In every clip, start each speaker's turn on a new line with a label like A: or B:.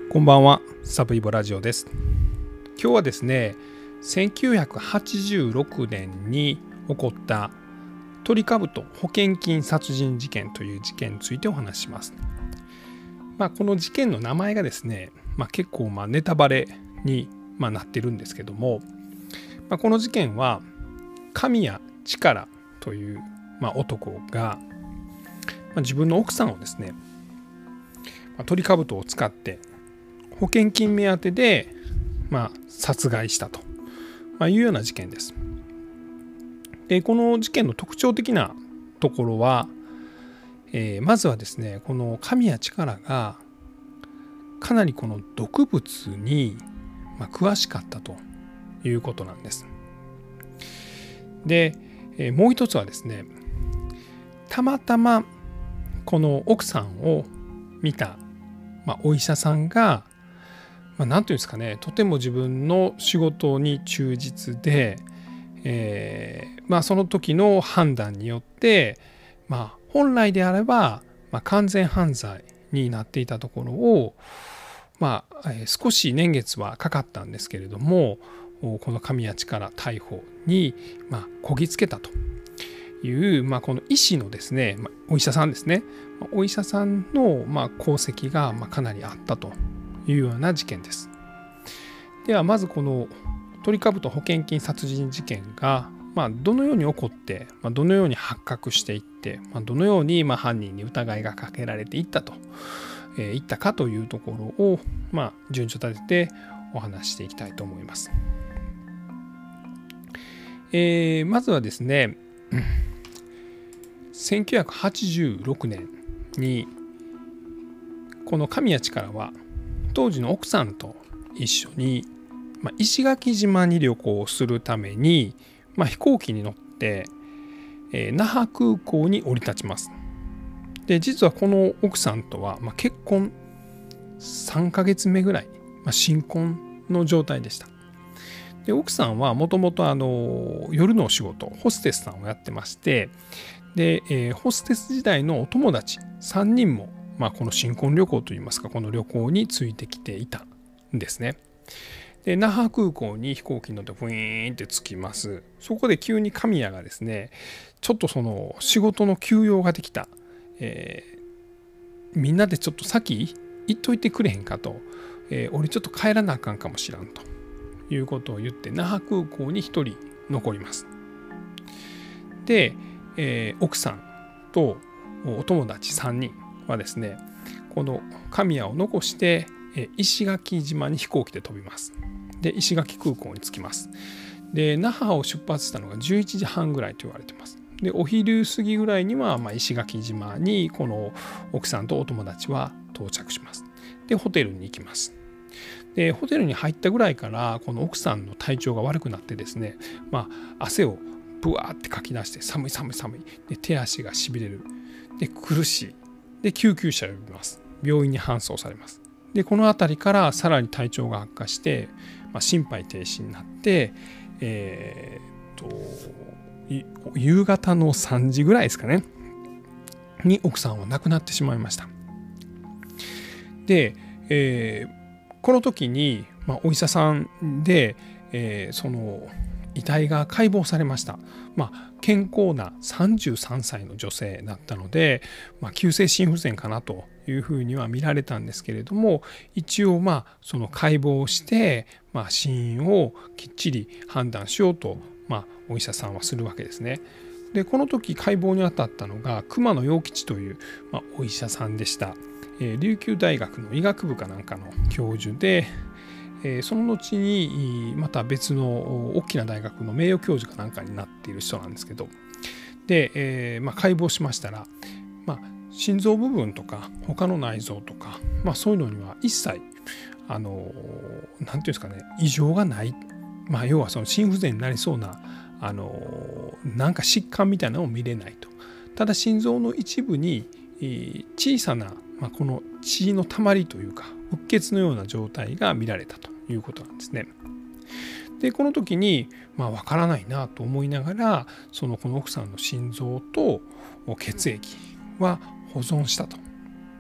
A: こんばんは、サブイボラジオです。今日はですね、1986年に起こったトリカブト保険金殺人事件という事件についてお話しします。この事件の名前がですね、結構ネタバレになってるんですけども、この事件は神谷力という男が自分の奥さんをですね、トリカブトを使って保険金目当てで殺害したというような事件です。で、この事件の特徴的なところは、まずはですね、この神谷力がかなりこの毒物に詳しかったということなんです。で、もう一つはですね、たまたまこの奥さんを見た、お医者さんがなんていうんですかね、とても自分の仕事に忠実で、その時の判断によって、本来であれば、完全犯罪になっていたところを、少し年月はかかったんですけれども、この神谷力逮捕に、こぎつけたという、この医師のですね、お医者さんですね、お医者さんの功績がかなりあったというような事件です。ではまずこのトリカブト保険金殺人事件がどのように起こってどのように発覚していってどのように犯人に疑いがかけられていったかというところを順序立ててお話していきたいと思います。まずはですね、1986年にこの神谷力は当時の奥さんと一緒に石垣島に旅行するために飛行機に乗って那覇空港に降り立ちます。で、実はこの奥さんとは結婚3ヶ月目ぐらい、新婚の状態でした。で、奥さんはもともと夜のお仕事ホステスさんをやってまして、で、ホステス時代のお友達3人もこの新婚旅行といいますか、この旅行についてきていたんですね。で、那覇空港に飛行機に乗ってフィーンって着きます。そこで急に神谷がですね、ちょっとその仕事の休養ができた、みんなでちょっと先行っといてくれへんかと、俺ちょっと帰らなあかんかもしらんということを言って那覇空港に一人残ります。で、奥さんとお友達3人はですね、この神谷を残して石垣島に飛行機で飛びます。で、石垣空港に着きます。で、那覇を出発したのが11時半ぐらいと言われています。で、お昼過ぎぐらいには石垣島にこの奥さんとお友達は到着します。で、ホテルに行きます。で、ホテルに入ったぐらいからこの奥さんの体調が悪くなってですね、汗をブワーってかき出して寒いで、手足がしびれる、で、苦しい、で、救急車を呼びます。病院に搬送されます。で、この辺りからさらに体調が悪化して、心肺停止になって、夕方の3時ぐらいですかねに奥さんは亡くなってしまいました。で、この時に、お医者さんで、その遺体が解剖されました。健康な33歳の女性だったので、急性心不全かなというふうには見られたんですけれども、一応その解剖をして、死因をきっちり判断しようと、お医者さんはするわけですね。で、この時解剖に当たったのが熊野陽吉という、お医者さんでした。琉球大学の医学部かなんかの教授で、その後にまた別の大きな大学の名誉教授かなんかになっている人なんですけど、で、解剖しましたら、心臓部分とか他の内臓とか、そういうのには一切なんていうんですかね、異常がない、要はその心不全になりそうななんか疾患みたいなのを見れないと。ただ心臓の一部に小さな、この血のたまりというかうっ血のような状態が見られたということなんですね。で、この時にわからないなと思いながら、この奥さんの心臓と血液は保存したと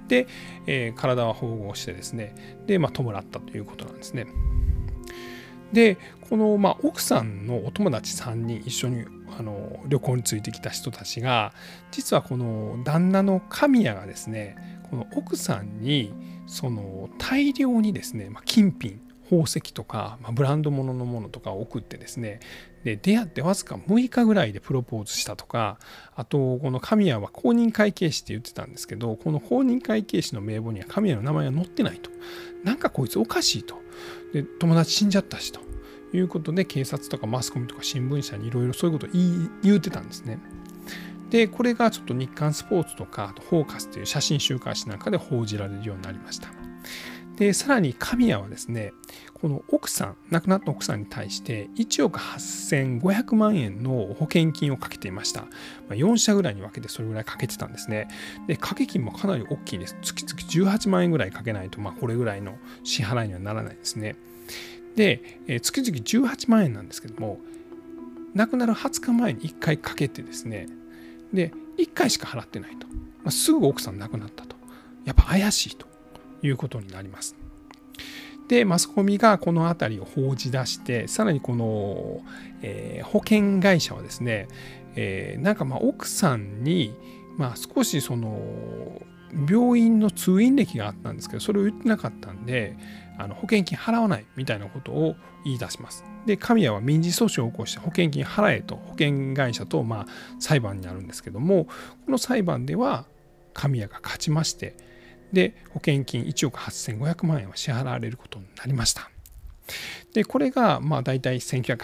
A: で、体は縫合してですね、で、弔ったということなんですね。でこの、奥さんのお友達3人一緒に旅行についてきた人たちが、実はこの旦那の神谷がですね、この奥さんにその大量にですね、金品宝石とか、ブランド物のものとかを送ってですね、で出会ってわずか6日ぐらいでプロポーズしたとか、あとこの神谷は公認会計士って言ってたんですけど、この公認会計士の名簿には神谷の名前が載ってないと、なんかこいつおかしいと、で友達死んじゃったしということで、警察とかマスコミとか新聞社にいろいろそういうことを言うてたんですね。でこれがちょっと日刊スポーツとかフォーカスという写真週刊誌なんかで報じられるようになりました。でさらに神谷はですね、この奥さん、亡くなった奥さんに対して1億8500万円の保険金をかけていました。4社ぐらいに分けてそれぐらいかけてたんですね。で掛け金もかなり大きいです。月々18万円ぐらいかけないと、これぐらいの支払いにはならないですね。で月々18万円なんですけども、亡くなる20日前に1回かけてですね、で1回しか払ってないと、すぐ奥さん亡くなったと、やっぱ怪しいということになります。でマスコミがこの辺りを報じ出して、さらにこの、保険会社はですね、なんか奥さんに、少しその病院の通院歴があったんですけど、それを言ってなかったんで保険金払わないみたいなことを言い出します。で神谷は民事訴訟を起こして保険金払えと保険会社と裁判になるんですけども、この裁判では神谷が勝ちまして、で保険金1億8500万円は支払われることになりました。でこれが大体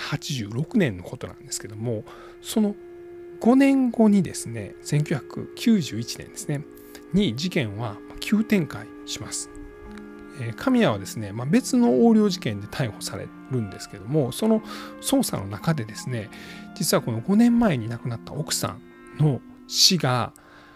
A: 1986年のことなんですけども、その5年後にですね、1991年ですねに事件は急展開します。神谷はですね、別の横領事件で逮捕されるんですけども、その捜査の中でですね、実はこの5年前に亡くなった奥さんの死が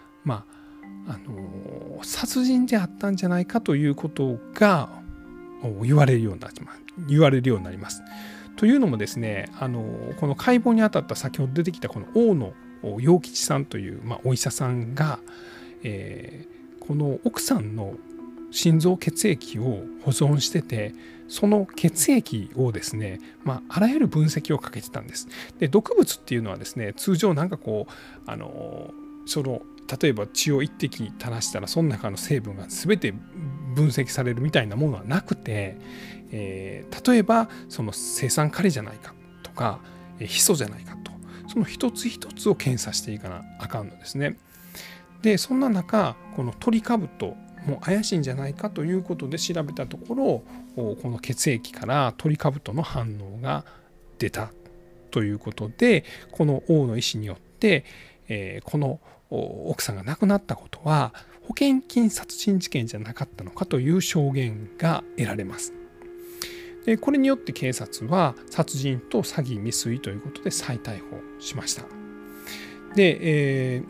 A: 殺人であったんじゃないかということが言われるようになります。というのもですね、この解剖にあたった先ほど出てきたこの大野陽吉さんという、お医者さんが、この奥さんの心臓血液を保存してて、その血液をですね、あらゆる分析をかけてたんです。で毒物っていうのはですね、通常なんかこうその例えば血を一滴垂らしたらその中の成分が全て分析されるみたいなものはなくて、例えばその青酸カリじゃないかとかヒ素じゃないかと、その一つ一つを検査していかなあかんのですね。でそんな中、このトリカブトも怪しいんじゃないかということで調べたところ、この血液からトリカブトの反応が出たということで、この大野医師によって、この奥さんが亡くなったことは保険金殺人事件じゃなかったのかという証言が得られます。でこれによって警察は殺人と詐欺未遂ということで再逮捕しました。で、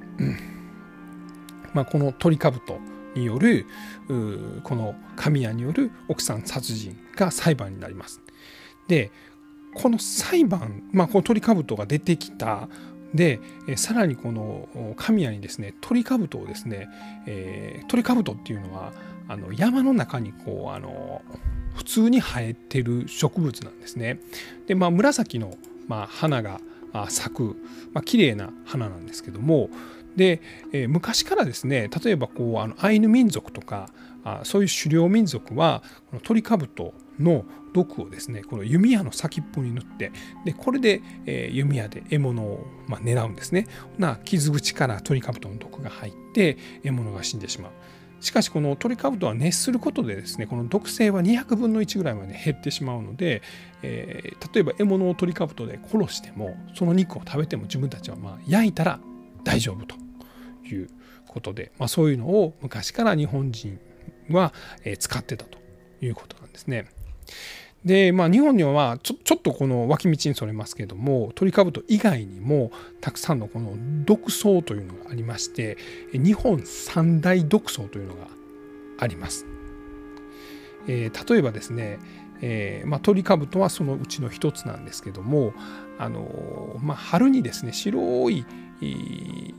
A: このトリカブトによるこの神谷による奥さん殺人が裁判になります。でこの裁判、このトリカブトが出てきた。でさらにこの神谷にですね、トリカブトをですね、トリカブトっていうのは山の中にこう普通に生えてる植物なんですね。で紫の花が咲く綺麗な花なんですけども、で昔からですね、例えばこうアイヌ民族とかそういう狩猟民族はこのトリカブトの毒をですね、この弓矢の先っぽに塗って、でこれで弓矢で獲物を狙うんですね。傷口からトリカブトの毒が入って獲物が死んでしまう。しかしこのトリカブトは熱することでですね、この毒性は200分の1ぐらいまで減ってしまうので、例えば獲物をトリカブトで殺しても、その肉を食べても自分たちは焼いたら大丈夫ということで、そういうのを昔から日本人は使ってたということなんですね。で日本にはちょっとこの脇道にそれますけれども、トリカブト以外にもたくさんのこの毒草というのがありまして、日本三大毒草というのがあります。例えばですね、トリカブトはそのうちの一つなんですけども、春にですね、白い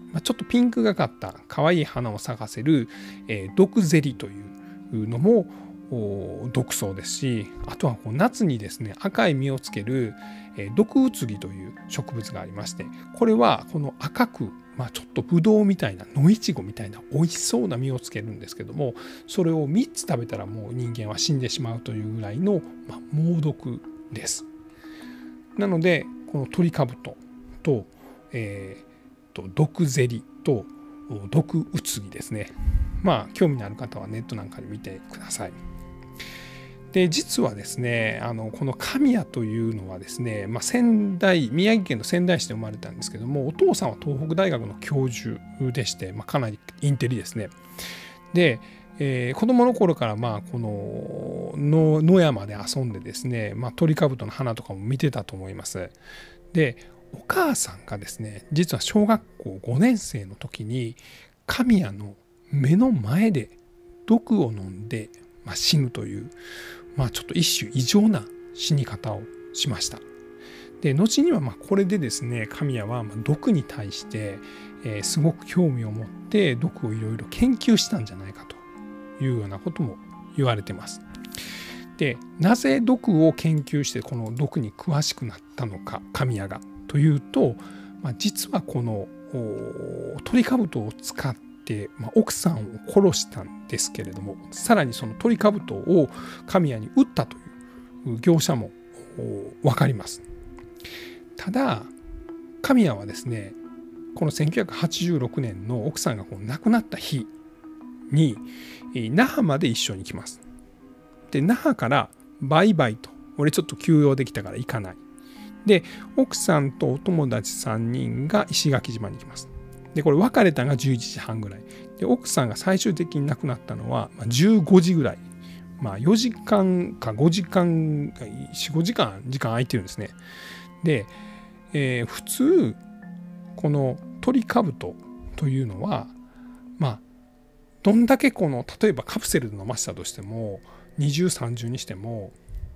A: ちょっとピンクがかった可愛い花を咲かせる、毒ゼリというのも毒草ですし、あとは夏にですね赤い実をつける毒うつぎという植物がありまして、これはこの赤く、ちょっとブドウみたいな野いちごみたいな美味しそうな実をつけるんですけども、それを3つ食べたらもう人間は死んでしまうというぐらいの、猛毒です。なのでこのトリカブトと、毒ゼリと毒うつぎですね、興味のある方はネットなんかで見てください。で実はですねこの神谷というのはですね、宮城県の仙台市で生まれたんですけども、お父さんは東北大学の教授でして、かなりインテリですね。で、子供の頃からこの野山で遊んでですね、トリカブトの花とかも見てたと思います。でお母さんがですね実は小学校5年生の時に神谷の目の前で毒を飲んで、死ぬという、ちょっと一種異常な死に方をしました。で後にはこれでですね神谷は毒に対して、すごく興味を持って毒をいろいろ研究したんじゃないかというようなことも言われてます。でなぜ毒を研究してこの毒に詳しくなったのか神谷がというと、実はこのトリカブトを使って奥さんを殺したんですけれども、さらにそのトリカブトを神谷に撃ったという業者も分かります。ただ神谷はですねこの1986年の奥さんが亡くなった日に那覇まで一緒に来ます。で那覇からバイバイと、俺ちょっと休養できたから行かない。で奥さんとお友達3人が石垣島に行きます。でこれ別れたのが11時半ぐらいで、奥さんが最終的に亡くなったのは15時ぐらい、4時間か5時間45時間空いてるんですね。で、普通このトリカブトというのはどんだけ例えばカプセルで飲ませたとしても20、30にしても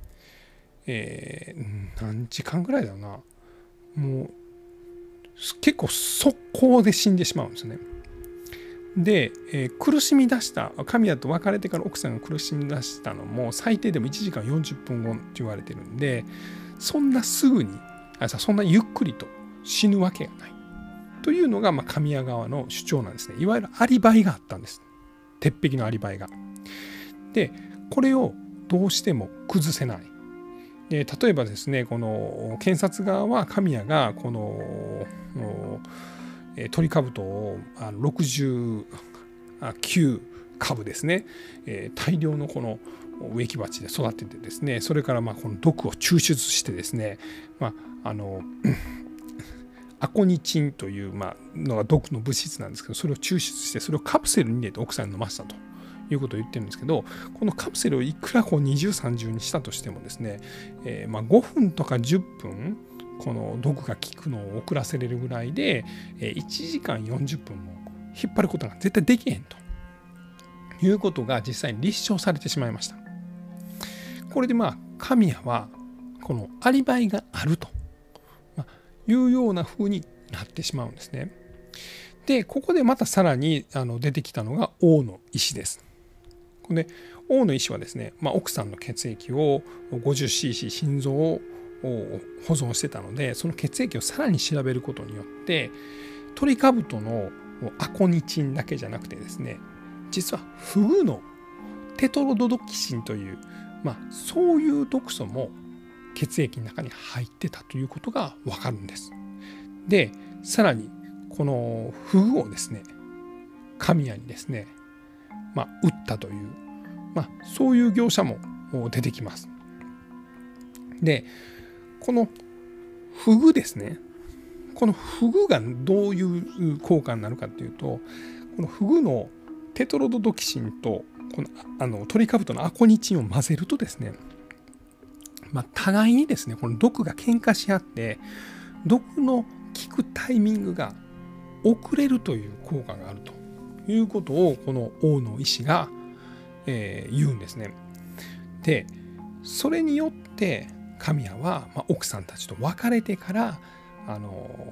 A: 何時間ぐらいだよな、もう結構速攻で死んでしまうんですね。で、苦しみ出した神谷と別れてから奥さんが苦しみ出したのも最低でも1時間40分後って言われてるんで、そんなすぐにそんなゆっくりと死ぬわけがないというのが神谷側の主張なんですね。いわゆるアリバイがあったんです。鉄壁のアリバイが。でこれをどうしても崩せない。で例えばですねこの検察側は神谷がこのトリカブトを69株ですね、大量のこの植木鉢で育ててですね、それからこの毒を抽出してですね、アコニチンというのが毒の物質なんですけど、それを抽出してそれをカプセルに入れて奥さんに飲ませたということを言ってるんですけど、このカプセルをいくら20、30にしたとしてもですね、5分とか10分この毒が効くのを遅らせれるぐらいで1時間40分も引っ張ることが絶対できへんということが実際に立証されてしまいました。これで神谷はこのアリバイがあるというような風になってしまうんですね。でここでまたさらに出てきたのが大野医師です。で大野医師はですね、奥さんの血液を 50cc 心臓を保存してたので、その血液をさらに調べることによってトリカブトのアコニチンだけじゃなくてですね、実はフグのテトロドトキシンという、そういう毒素も血液の中に入ってたということが分かるんです。でさらにこのフグをですね神谷にですね、売ったという、そういう業者も出てきます。でこのフグですね、このフグがどういう効果になるかというと、このフグのテトロドトキシンとこのトリカブトのアコニチンを混ぜるとですね、互いにですねこの毒が喧嘩し合って毒の効くタイミングが遅れるという効果があるということをこの大野医師が、言うんですね。でそれによって神谷は、奥さんたちと別れてから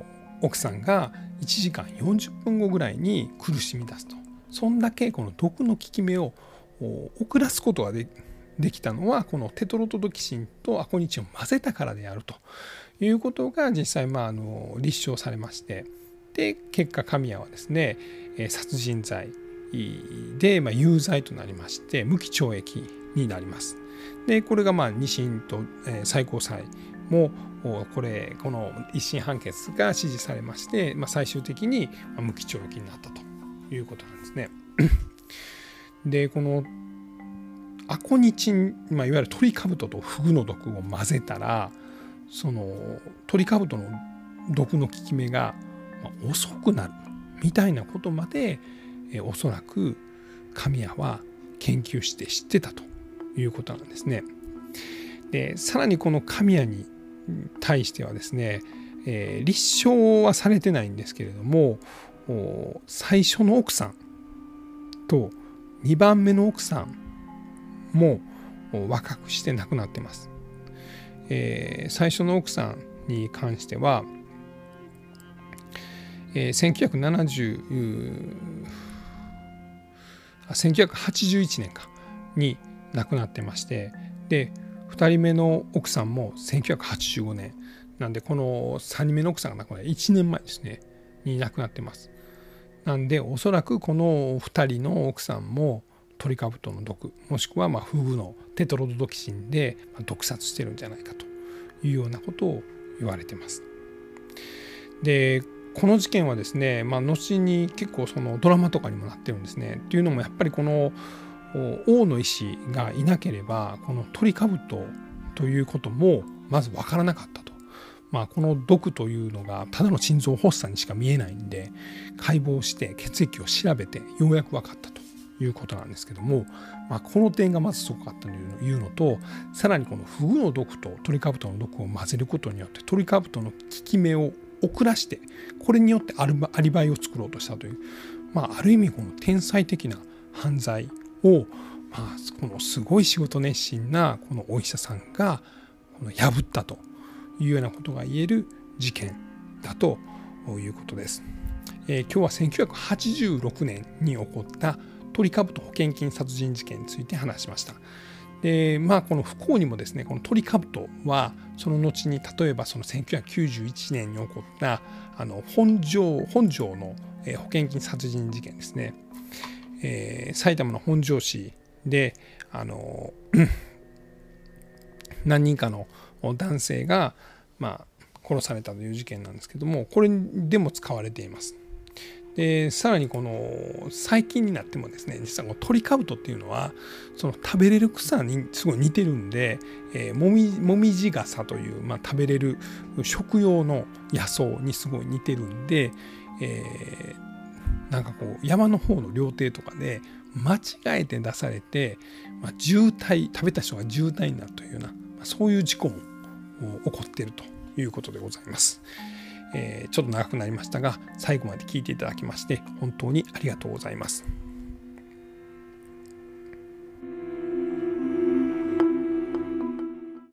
A: 奥さんが1時間40分後ぐらいに苦しみ出すと。そんだけこの毒の効き目を遅らすことができたのはこのテトロドトキシンとアコニチンを混ぜたからであるということが実際立証されまして、で結果神谷はですね殺人罪で有罪となりまして無期懲役になります。でこれが2審と最高裁もこの一審判決が支持されまして、最終的に無期懲役になったということなんですね。でこのアコニチン、いわゆるトリカブトとフグの毒を混ぜたら、そのトリカブトの毒の効き目が遅くなるみたいなことまでおそらく神谷は研究して知ってたということなんですね。でさらにこの神谷に対してはですね、立証はされてないんですけれども、最初の奥さんと2番目の奥さんも若くして亡くなってます。最初の奥さんに関しては、1981年に亡くなってまして、で2人目の奥さんも1985年なんで、この3人目の奥さんが亡くなって1年前ですねに亡くなってます。なんでおそらくこの2人の奥さんもトリカブトの毒もしくはフグのテトロドトキシンで毒殺してるんじゃないかというようなことを言われてます。でこの事件はですね、後に結構そのドラマとかにもなってるんですね。っていうのもやっぱりこの王の医師がいなければこのトリカブトということもまず分からなかったと。この毒というのがただの心臓発作にしか見えないんで、解剖して血液を調べてようやく分かったということなんですけども、この点がまずすごかったというのと、さらにこのフグの毒とトリカブトの毒を混ぜることによってトリカブトの効き目を遅らして、これによってアリバイを作ろうとしたという、ある意味この天才的な犯罪を、このすごい仕事熱心なこのお医者さんが破ったというようなことが言える事件だということです。今日は1986年に起こったトリカブト保険金殺人事件について話しました。でこの不幸にもですね、このトリカブトはその後に例えばその1991年に起こった本庄の保険金殺人事件ですね、埼玉の本庄市で何人かの男性が殺されたという事件なんですけども、これでも使われています。でさらにこの最近になってもですね、実はこのトリカブトっていうのはその食べれる草にすごい似てるんで、もみじ傘という、食べれる食用の野草にすごい似てるんで、なんかこう山の方の料亭とかで間違えて出されて、食べた人が渋滞になるというような、そういう事故も起こっているということでございます。ちょっと長くなりましたが、最後まで聞いていただきまして本当にありがとうございます。